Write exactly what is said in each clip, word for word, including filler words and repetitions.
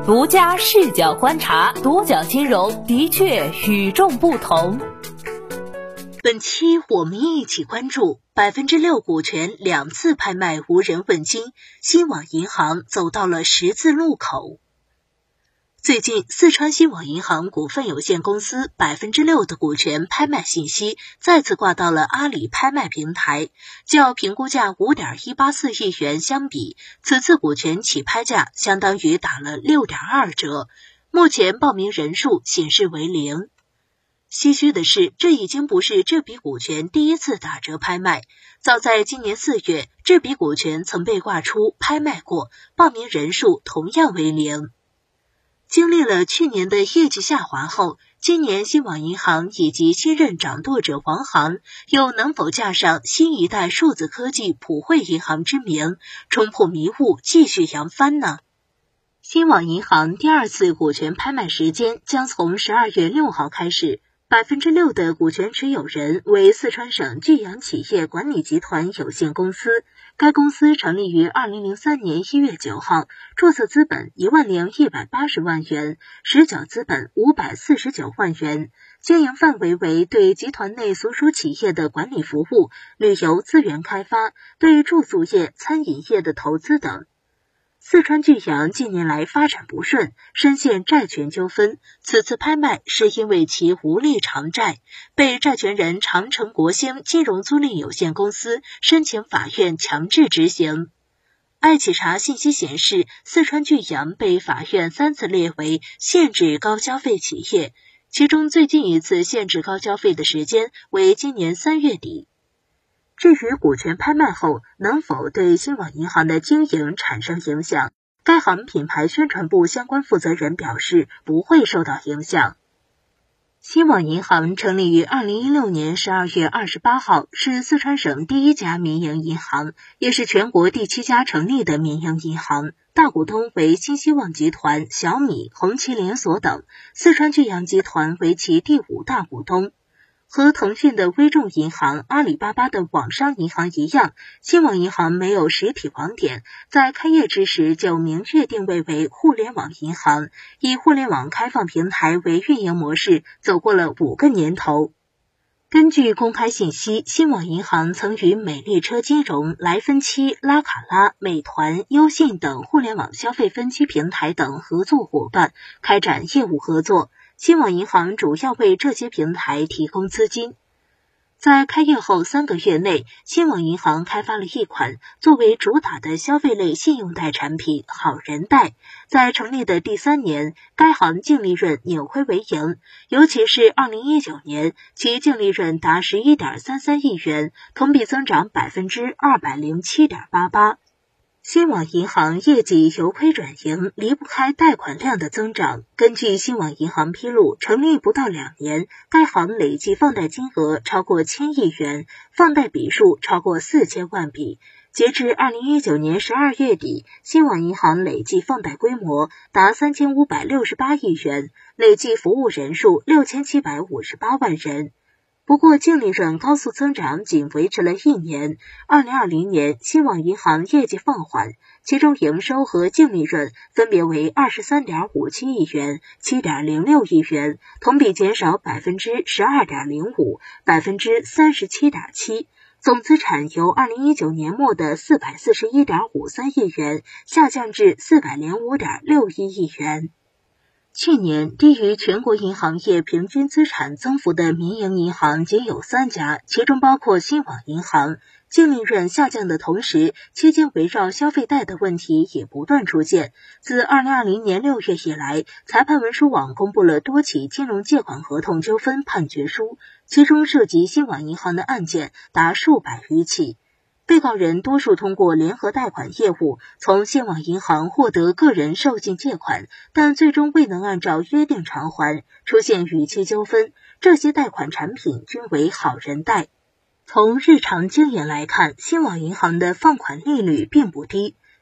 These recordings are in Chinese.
独家视角观察，独角金融的确与众不同。 本期我们一起关注百分之六股权两次拍卖无人问津，新网银行走到了十字路口。最近，四川新网银行股份有限公司百分之六的股权拍卖信息再次挂到了阿里拍卖平台。较评估价 五点一八四亿元相比，此次股权起拍价相当于打了 六点二折。目前报名人数显示为零。唏嘘的是，这已经不是这笔股权第一次打折拍卖。早在今年四月，这笔股权曾被挂出拍卖过，报名人数同样为零。经历了去年的业绩下滑后，今年新网银行以及新任掌舵者王航又能否架上新一代数字科技普惠银行之名，冲破迷雾继续扬帆呢？新网银行第二次股权拍卖时间将从十二月六号开始，百分之六的股权持有人为四川省巨阳企业管理集团有限公司。该公司成立于二零零三年一月九号，注册资本一万零一百八十万元，实缴资本五百四十九万元，经营范围为对集团内所属企业的管理服务、旅游资源开发、对住宿业、餐饮业的投资等。四川巨阳近年来发展不顺，深陷债权纠纷，此次拍卖是因为其无力偿债，被债权人长城国兴金融租赁有限公司申请法院强制执行。爱企查信息显示，四川巨阳被法院三次列为限制高消费企业，其中最近一次限制高消费的时间为今年三月底。至于股权拍卖后能否对新网银行的经营产生影响，该行品牌宣传部相关负责人表示不会受到影响。新网银行成立于二零一六年十二月二十八号，是四川省第一家民营银行，也是全国第七家成立的民营银行，大股东为新希望集团、小米、红旗连锁等，四川巨阳集团为其第五大股东。和腾讯的微众银行、阿里巴巴的网商银行一样，新网银行没有实体网点，在开业之时就明确定位为互联网银行，以互联网开放平台为运营模式，走过了五个年头。根据公开信息，新网银行曾与美丽车金融、来分期、拉卡拉、美团、优信等互联网消费分期平台等合作伙伴开展业务合作。新网银行主要为这些平台提供资金。在开业后三个月内，新网银行开发了一款作为主打的消费类信用贷产品好人贷。在成立的第三年，该行净利润扭亏为盈，尤其是二零一九年，其净利润达 十一点三三亿元，同比增长 百分之二百零七点八八。新网银行业绩由亏转盈，离不开贷款量的增长。根据新网银行披露，成立不到两年，该行累计放贷金额超过千亿元，放贷笔数超过四千万笔。截至二零一九年十二月底，新网银行累计放贷规模达三千五百六十八亿元，累计服务人数六千七百五十八万人。不过净利润高速增长仅维持了一年。二零二零年，新网银行业绩放缓，其中营收和净利润分别为 二十三点五七亿元、七点零六亿元，同比减少 百分之十二点零五、百分之三十七点七。总资产由二零一九年末的 四百四十一点五三亿元下降至 四百零五点六一亿元。去年低于全国银行业平均资产增幅的民营银行仅有三家，其中包括新网银行。净利润下降的同时，期间围绕消费贷的问题也不断出现。自二零二零年六月以来，裁判文书网公布了多起金融借款合同纠纷判决书，其中涉及新网银行的案件达数百余起。被告人多数通过联合贷款业务从新网银行获得个人授信借款，但最终未能按照约定偿还，出现逾期纠纷。这些贷款产品均为好人贷。从日常经营来看，新网银行的放款利率并不低。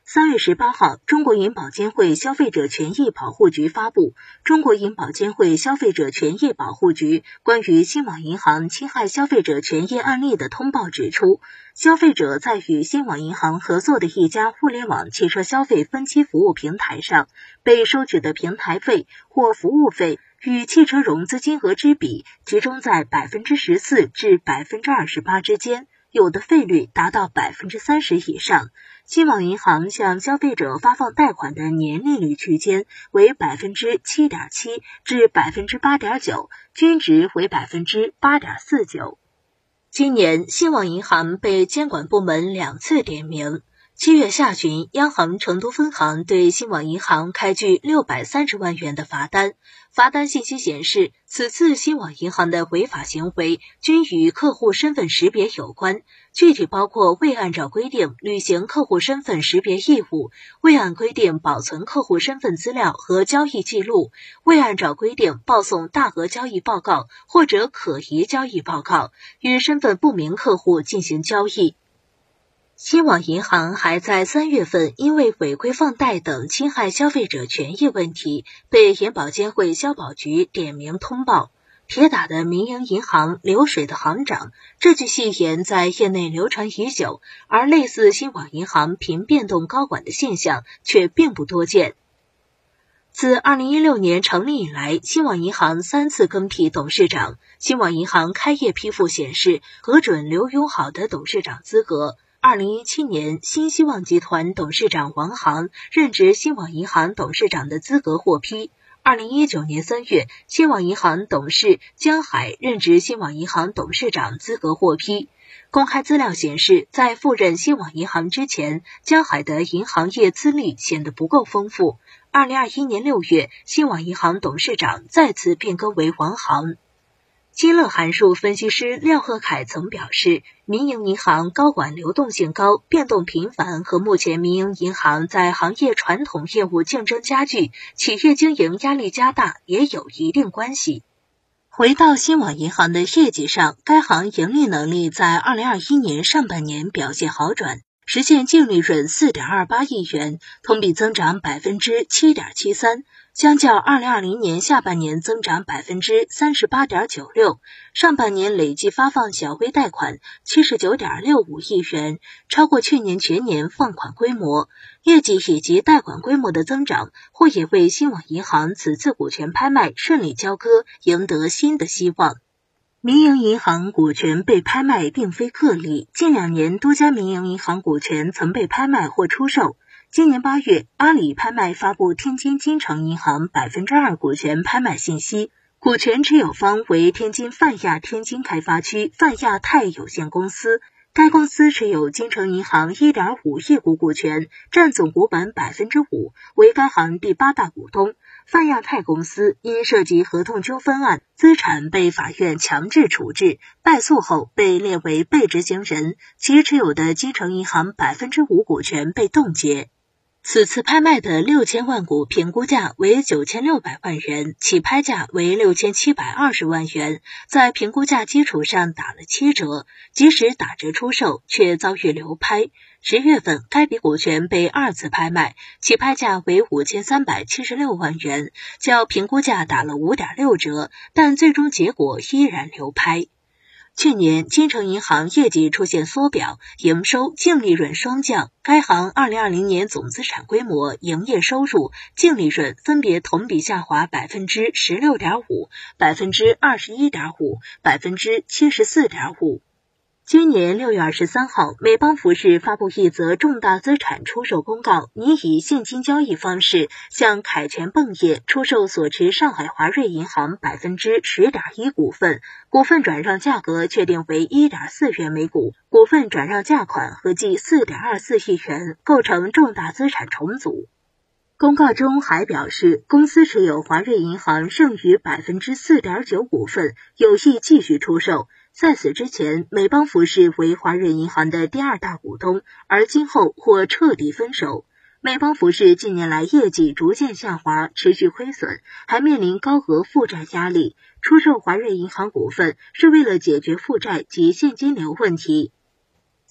三月十八号，中国银保监会消费者权益保护局发布《中国银保监会消费者权益保护局关于新网银行侵害消费者权益案例的通报》指出，消费者在与新网银行合作的一家互联网汽车消费分期服务平台上，被收取的平台费或服务费与汽车融资金额之比集中在 百分之十四 至 百分之二十八 之间，有的费率达到 百分之三十 以上。新网银行向消费者发放贷款的年利率区间为 百分之七点七 至 百分之八点九， 均值为 百分之八点四九。今年，新网银行被监管部门两次点名。七月下旬，央行成都分行对新网银行开具六百三十万元的罚单。罚单信息显示，此次新网银行的违法行为均与客户身份识别有关，具体包括未按照规定履行客户身份识别义务，未按规定保存客户身份资料和交易记录，未按照规定报送大额交易报告或者可疑交易报告，与身份不明客户进行交易。新网银行还在三月份因为违规放贷等侵害消费者权益问题，被银保监会消保局点名通报。铁打的民营银行，流水的行长，这句戏言在业内流传已久，而类似新网银行频变动高管的现象却并不多见。自二零一六年成立以来，新网银行三次更替董事长。新网银行开业批复显示，核准刘永好的董事长资格。二零一七年，新希望集团董事长王航任职新网银行董事长的资格获批。二零一九年三月，新网银行董事江海任职新网银行董事长资格获批。公开资料显示，在赴任新网银行之前，江海的银行业资历显得不够丰富。二零二一年六月，新网银行董事长再次变更为王航。基乐函数分析师廖鹤凯曾表示，民营银行高管流动性高、变动频繁和目前民营银行在行业传统业务竞争加剧、企业经营压力加大也有一定关系。回到新网银行的业绩上，该行盈利能力在二零二一年上半年表现好转，实现净利润 四点二八亿元，同比增长 百分之七点七三。相较二零二零年下半年增长 百分之三十八点九六， 上半年累计发放小微贷款 七十九点六五亿元，超过去年全年放款规模。业绩以及贷款规模的增长，或也为新网银行此次股权拍卖顺利交割赢得新的希望。民营银行股权被拍卖并非个例，近两年多家民营银行股权曾被拍卖或出售。今年八月，阿里拍卖发布天津金城银行 百分之二 股权拍卖信息，股权持有方为天津泛亚天津开发区泛亚泰有限公司，该公司持有金城银行 一点五亿股股权，占总股本 百分之五， 为该行第八大股东。泛亚泰公司因涉及合同纠纷案，资产被法院强制处置，败诉后被列为被执行人，其持有的金城银行 百分之五 股权被冻结。此次拍卖的六千万股评估价为九千六百万元，起拍价为六千七百二十万元，在评估价基础上打了七折，即使打折出售，却遭遇流拍。十月份，该笔股权被二次拍卖，起拍价为五千三百七十六万元，较评估价打了 五点六折，但最终结果依然流拍。去年，金城银行业绩出现缩表，营收、净利润双降。该行二零二零年总资产规模、营业收入、净利润分别同比下滑 百分之十六点五、百分之二十一点五、百分之七十四点五。今年六月二十三号，美邦服饰发布一则重大资产出售公告，拟以现金交易方式向凯泉泵业出售所持上海华瑞银行 百分之十点一 股份，股份转让价格确定为 一点四元每股，股份转让价款合计 四点二四亿元，构成重大资产重组。公告中还表示，公司持有华瑞银行剩余 百分之四点九 股份，有意继续出售。在此之前，美邦服饰为华瑞银行的第二大股东，而今后或彻底分手。美邦服饰近年来业绩逐渐下滑，持续亏损，还面临高额负债压力。出售华瑞银行股份是为了解决负债及现金流问题。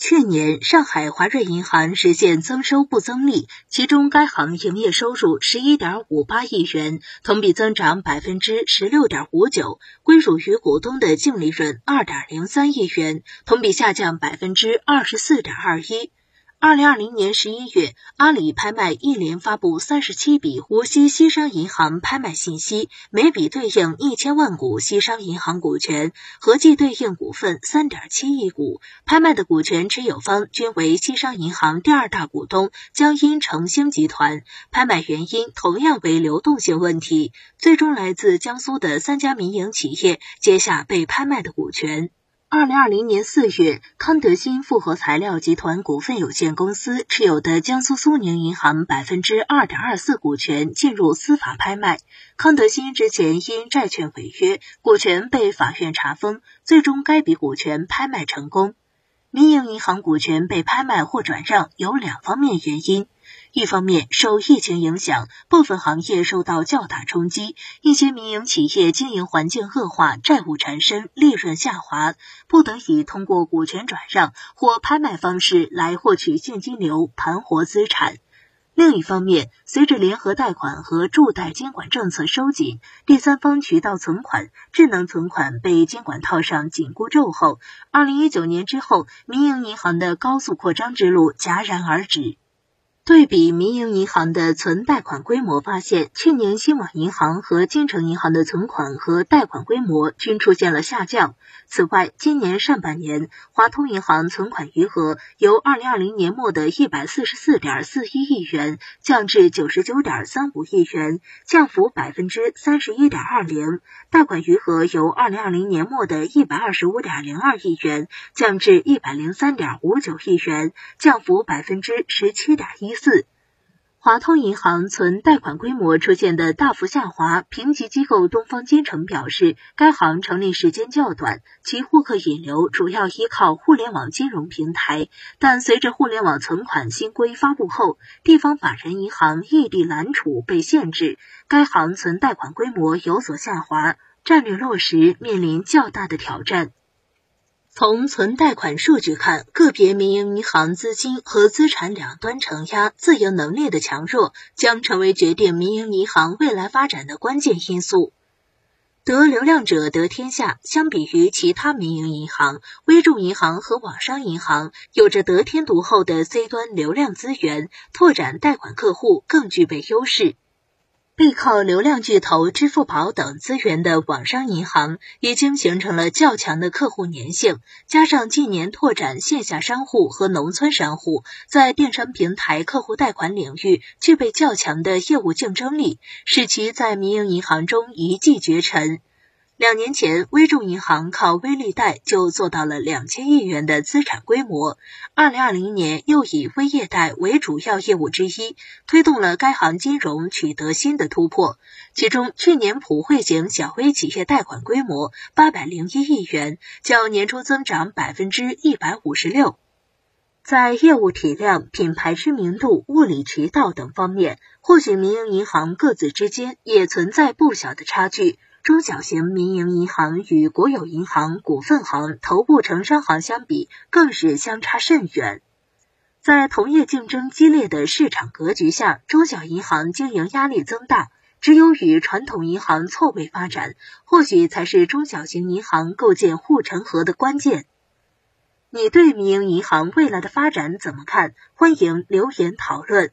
去年，上海华润银行实现增收不增利，其中该行营业收入 十一点五八亿元，同比增长 百分之十六点五九， 归属于股东的净利润 二点零三亿元，同比下降 百分之二十四点二一。二零二零年十一月，阿里拍卖一连发布三十七笔无锡西商银行拍卖信息，每笔对应一千万股西商银行股权，合计对应股份 三点七亿股。拍卖的股权持有方均为西商银行第二大股东江阴诚兴集团。拍卖原因同样为流动性问题，最终来自江苏的三家民营企业接下被拍卖的股权。二零二零年四月，康德新复合材料集团股份有限公司持有的江苏苏宁银行 百分之二点二四 股权进入司法拍卖。康德新之前因债券违约，股权被法院查封，最终该笔股权拍卖成功。民营银行股权被拍卖或转让有两方面原因。一方面，受疫情影响，部分行业受到较大冲击，一些民营企业经营环境恶化，债务缠身，利润下滑，不得已通过股权转让或拍卖方式来获取现金流，盘活资产。另一方面，随着联合贷款和助贷监管政策收紧，第三方渠道存款、智能存款被监管套上紧箍咒后，二零一九年之后，民营银行的高速扩张之路戛然而止。对比民营银行的存贷款规模，发现去年新网银行和金城银行的存款和贷款规模均出现了下降。此外，今年上半年，华通银行存款余额由二零二零年末的 一百四十四点四一亿元降至 九十九点三五亿元，降幅 百分之三十一点二零， 贷款余额由二零二零年末的 一百二十五点零二亿元降至 一百零三点五九亿元，降幅 百分之十七点一四。华通银行存贷款规模出现的大幅下滑，评级机构东方金城表示，该行成立时间较短，其获客引流主要依靠互联网金融平台，但随着互联网存款新规发布后，地方法人银行异地揽储被限制，该行存贷款规模有所下滑，战略落实面临较大的挑战。从存贷款数据看，个别民营银行资金和资产两端承压，自营能力的强弱将成为决定民营银行未来发展的关键因素。得流量者得天下，相比于其他民营银行，微众银行和网商银行有着得天独厚的 C 端流量资源，拓展贷款客户更具备优势。背靠流量巨头支付宝等资源的网商银行已经形成了较强的客户粘性，加上近年拓展线下商户和农村商户，在电商平台客户贷款领域具备较强的业务竞争力，使其在民营银行中一骑绝尘。两年前，微众银行靠微利贷就做到了两千亿元的资产规模。二零二零年又以微业贷为主要业务之一，推动了该行金融取得新的突破。其中，去年普惠型小微企业贷款规模八百零一亿元，较年初增长 百分之一百五十六。在业务体量、品牌知名度、物理渠道等方面，或许民营银行各自之间也存在不小的差距。中小型民营银行与国有银行、股份行、头部承商行相比，更是相差甚远。在同业竞争激烈的市场格局下，中小银行经营压力增大，只有与传统银行错位发展，或许才是中小型银行构建护城河的关键。你对民营银行未来的发展怎么看？欢迎留言讨论。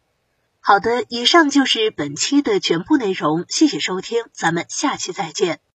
好的，以上就是本期的全部内容，谢谢收听，咱们下期再见。